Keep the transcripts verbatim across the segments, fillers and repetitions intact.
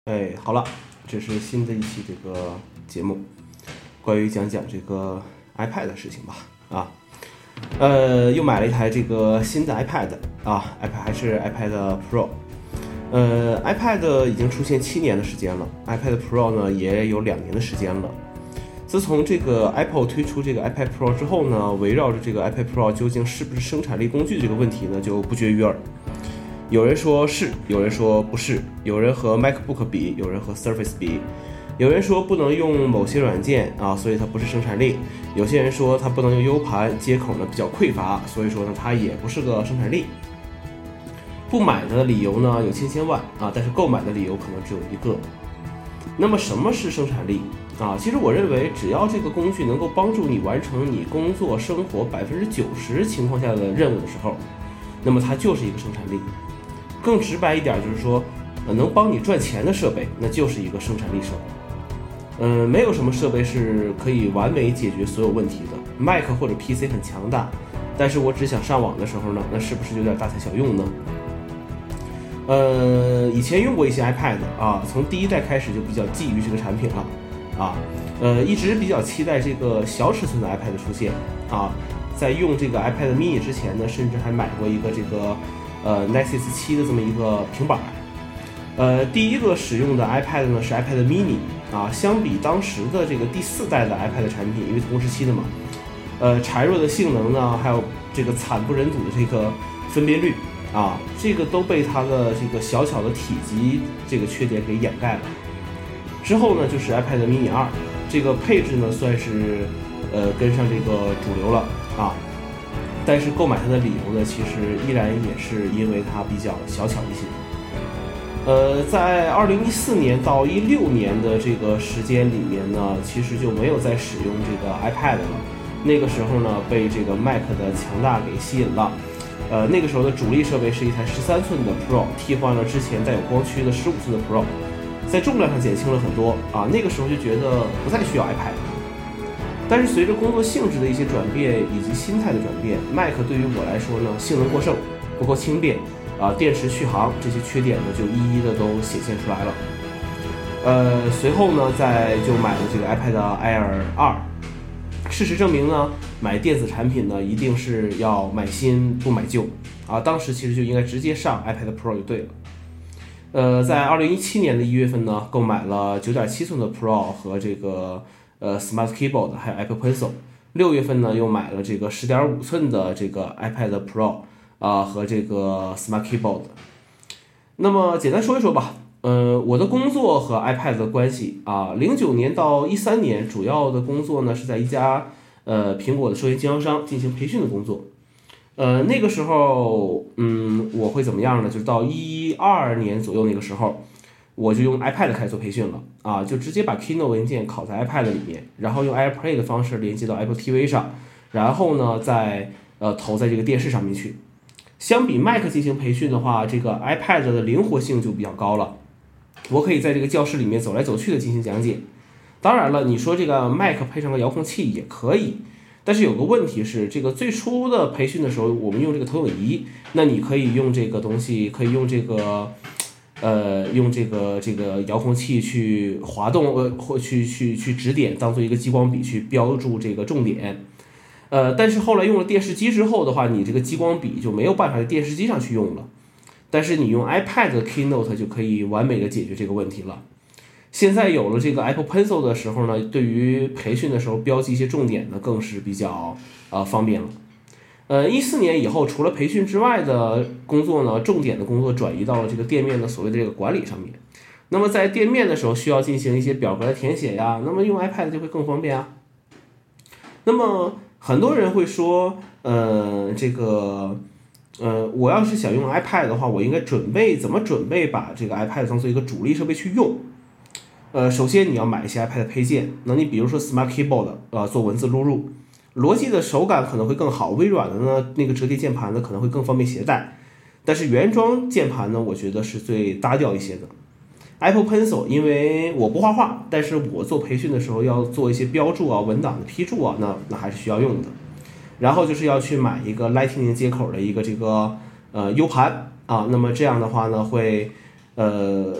哎，好了，这是新的一期这个节目，关于讲讲这个 iPad 的事情吧。啊，呃，又买了一台这个新的 iPad 啊 ，iPad 还是 iPad Pro。呃 ，iPad 已经出现七年的时间了 ，iPad Pro 呢也有两年的时间了。自从这个 Apple 推出这个 iPad Pro 之后呢，围绕着这个 iPad Pro 究竟是不是生产力工具这个问题呢，就不绝于耳。有人说是，有人说不是，有人和 MacBook 比，有人和 Surface 比，有人说不能用某些软件啊，所以它不是生产力；有些人说它不能用 U 盘，接口呢比较匮乏，所以说呢它也不是个生产力。不买的理由呢有千千万啊，但是购买的理由可能只有一个。那么什么是生产力啊？其实我认为，只要这个工具能够帮助你完成你工作生活百分之九十情况下的任务的时候，那么它就是一个生产力。更直白一点就是说，呃，能帮你赚钱的设备，那就是一个生产力设备。嗯、呃，没有什么设备是可以完美解决所有问题的。Mac 或者 P C 很强大，但是我只想上网的时候呢，那是不是有点大材小用呢？呃，以前用过一些 iPad 啊，从第一代开始就比较觊觎这个产品了啊，呃，一直比较期待这个小尺寸的 iPad 出现啊。在用这个 iPad mini 之前呢，甚至还买过一个这个。呃 Nexus 七的这么一个平板，呃，第一个使用的 iPad 呢是 iPad mini 啊，相比当时的这个第四代的 iPad 产品，因为同时期的嘛，呃，孱弱的性能呢，还有这个惨不忍睹的这个分辨率啊，这个都被它的这个小巧的体积这个缺点给掩盖了。之后呢，就是 iPad mini 二，这个配置呢算是呃跟上这个主流了啊。但是购买它的理由呢，其实依然也是因为它比较小巧一些。呃，在二零一四年到一六年的这个时间里面呢，其实就没有再使用这个 iPad 了。那个时候呢，被这个 Mac 的强大给吸引了。呃，那个时候的主力设备是一台十三寸的 Pro， 替换了之前带有光驱的十五寸的 Pro， 在重量上减轻了很多啊。那个时候就觉得不再需要 iPad。但是随着工作性质的一些转变以及心态的转变 ，Mac 对于我来说呢，性能过剩，不够轻便，啊，电池续航这些缺点呢，就一一的都显现出来了。呃，随后呢，再就买了这个 iPad Air 二。事实证明呢，买电子产品呢，一定是要买新不买旧啊。当时其实就应该直接上 iPad Pro 就对了。呃，在二零一七年的一月份呢，购买了九点七寸的 Pro 和这个。呃 ，Smart Keyboard 还有 Apple Pencil， 六月份呢又买了这个十点五寸的这个 iPad Pro 啊、呃、和这个 Smart Keyboard。那么简单说一说吧，呃，我的工作和 iPad 的关系啊，零九年到一三年主要的工作呢是在一家呃苹果的授权经销商进行培训的工作。呃，那个时候，嗯，我会怎么样呢？就是到一二年左右那个时候。我就用 iPad 开始做培训了啊，就直接把 Keynote 文件拷在 iPad 里面，然后用 AirPlay 的方式连接到 Apple T V 上，然后呢再呃投在这个电视上面去。相比 Mac 进行培训的话，这个 iPad 的灵活性就比较高了，我可以在这个教室里面走来走去的进行讲解。当然了，你说这个 Mac 配上个遥控器也可以，但是有个问题是，这个最初的培训的时候，我们用这个投影仪，那你可以用这个东西，可以用这个。呃，用这个这个遥控器去滑动，呃，或去去去指点，当做一个激光笔去标注这个重点。呃，但是后来用了电视机之后的话，你这个激光笔就没有办法在电视机上去用了。但是你用 iPad 的 Keynote 就可以完美的解决这个问题了。现在有了这个 Apple Pencil 的时候呢，对于培训的时候标记一些重点呢，更是比较呃方便了。呃，一四年以后，除了培训之外的工作呢，重点的工作转移到了这个店面的所谓的这个管理上面。那么在店面的时候，需要进行一些表格的填写呀，那么用 iPad 就会更方便啊。那么很多人会说，呃，这个，呃，我要是想用 iPad 的话，我应该准备怎么准备把这个 iPad 当做一个主力设备去用？呃，首先你要买一些 iPad 配件，那你比如说 Smart Keyboard， 呃，做文字录入。逻辑的手感可能会更好，微软的呢那个折叠键盘呢可能会更方便携带，但是原装键盘呢，我觉得是最搭调一些的。Apple Pencil， 因为我不画画，但是我做培训的时候要做一些标注啊、文档的批注啊，那那还是需要用的。然后就是要去买一个 Lightning 接口的一个这个呃 U 盘啊，那么这样的话呢会呃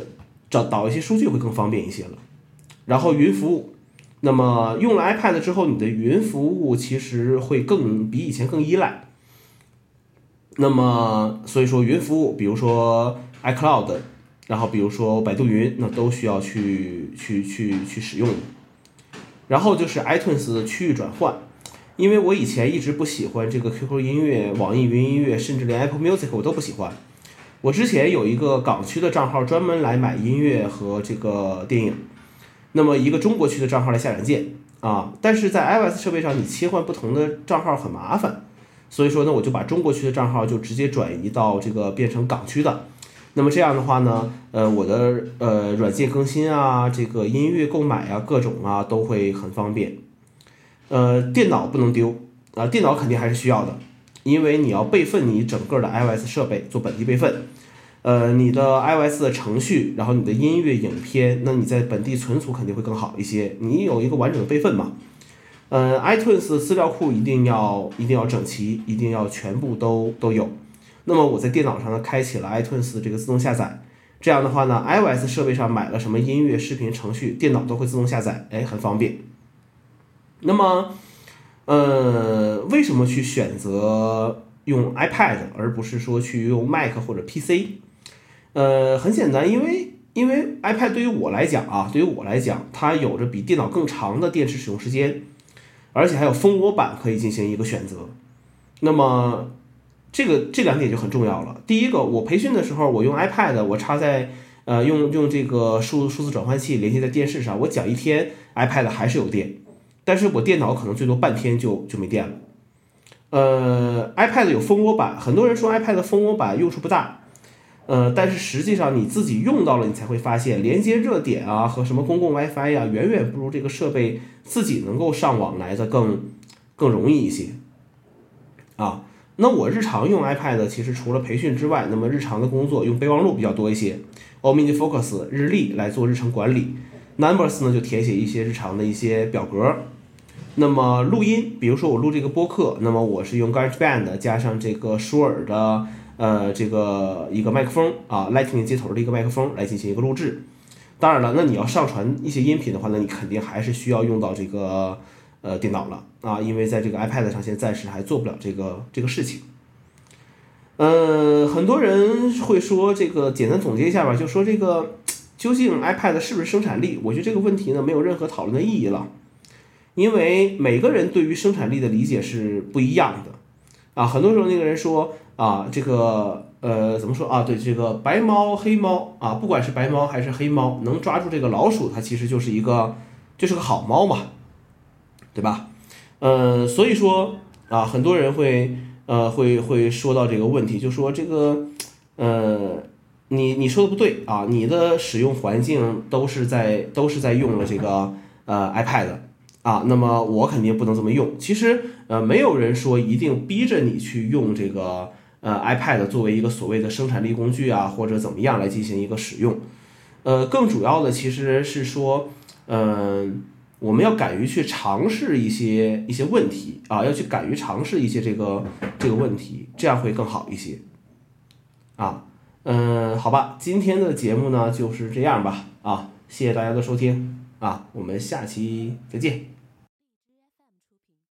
找导一些数据会更方便一些了。然后云服务，那么用了 iPad 之后，你的云服务其实会更比以前更依赖。那么所以说云服务，比如说 iCloud， 然后比如说百度云，那都需要去去去去使用的。然后就是 iTunes 的区域转换，因为我以前一直不喜欢这个 Q Q 音乐、网易云音乐，甚至连 Apple Music 我都不喜欢。我之前有一个港区的账号专门来买音乐和这个电影，那么一个中国区的账号来下软件啊，但是在 iOS 设备上你切换不同的账号很麻烦，所以说呢我就把中国区的账号就直接转移到这个变成港区的。那么这样的话呢，呃，我的呃软件更新啊，这个音乐购买啊，各种啊都会很方便。呃，电脑不能丢啊，电脑肯定还是需要的，因为你要备份你整个的 iOS 设备做本地备份。呃，你的 iOS 的程序，然后你的音乐、影片，那你在本地存储肯定会更好一些。你有一个完整的备份嘛？呃 ，iTunes 资料库一定要一定要整齐，一定要全部都都有。那么我在电脑上呢开启了 iTunes 的这个自动下载，这样的话呢 iOS 设备上买了什么音乐、视频程序，电脑都会自动下载，哎，很方便。那么，呃，为什么去选择用 iPad 而不是说去用 Mac 或者 P C？ 呃，很简单，因为因为 iPad 对于我来讲啊，对于我来讲，它有着比电脑更长的电池使用时间，而且还有蜂窝版可以进行一个选择。那么这个这两点就很重要了。第一个，我培训的时候，我用 iPad， 我插在呃用用这个数数字转换器连接在电视上，我讲一天 iPad 还是有电，但是我电脑可能最多半天就就没电了。呃 ，iPad 有蜂窝版，很多人说 iPad 蜂窝版用处不大，呃，但是实际上你自己用到了，你才会发现连接热点啊和什么公共 WiFi 呀、啊，远远不如这个设备自己能够上网来的更更容易一些啊。那我日常用 iPad 其实除了培训之外，那么日常的工作用备忘录比较多一些 ，OmniFocus 日历来做日程管理 ，Numbers 呢就填写一些日常的一些表格。那么录音，比如说我录这个播客，那么我是用 GarageBand 加上这个舒尔的呃这个一个麦克风啊 ，Lightning 接头的一个麦克风来进行一个录制。当然了，那你要上传一些音频的话，那你肯定还是需要用到这个呃电脑了啊，因为在这个 iPad 上现在暂时还做不了这个这个事情。呃，很多人会说这个简单总结一下吧，就说这个究竟 iPad 是不是生产力？我觉得这个问题呢没有任何讨论的意义了。因为每个人对于生产力的理解是不一样的，啊，很多时候那个人说啊，这个呃怎么说啊？对，这个白猫黑猫啊，不管是白猫还是黑猫，能抓住这个老鼠，它其实就是一个就是个好猫嘛，对吧？呃，所以说啊，很多人会呃会会说到这个问题，就说这个呃你你说的不对啊，你的使用环境都是在都是在用了这个呃 iPad。啊，那么我肯定不能这么用。其实，呃，没有人说一定逼着你去用这个呃 iPad 作为一个所谓的生产力工具啊，或者怎么样来进行一个使用。呃，更主要的其实是说，嗯、呃，我们要敢于去尝试一些一些问题啊，要去敢于尝试一些这个这个问题，这样会更好一些。啊，嗯、呃，好吧，今天的节目呢就是这样吧。啊，谢谢大家的收听啊，我们下期再见。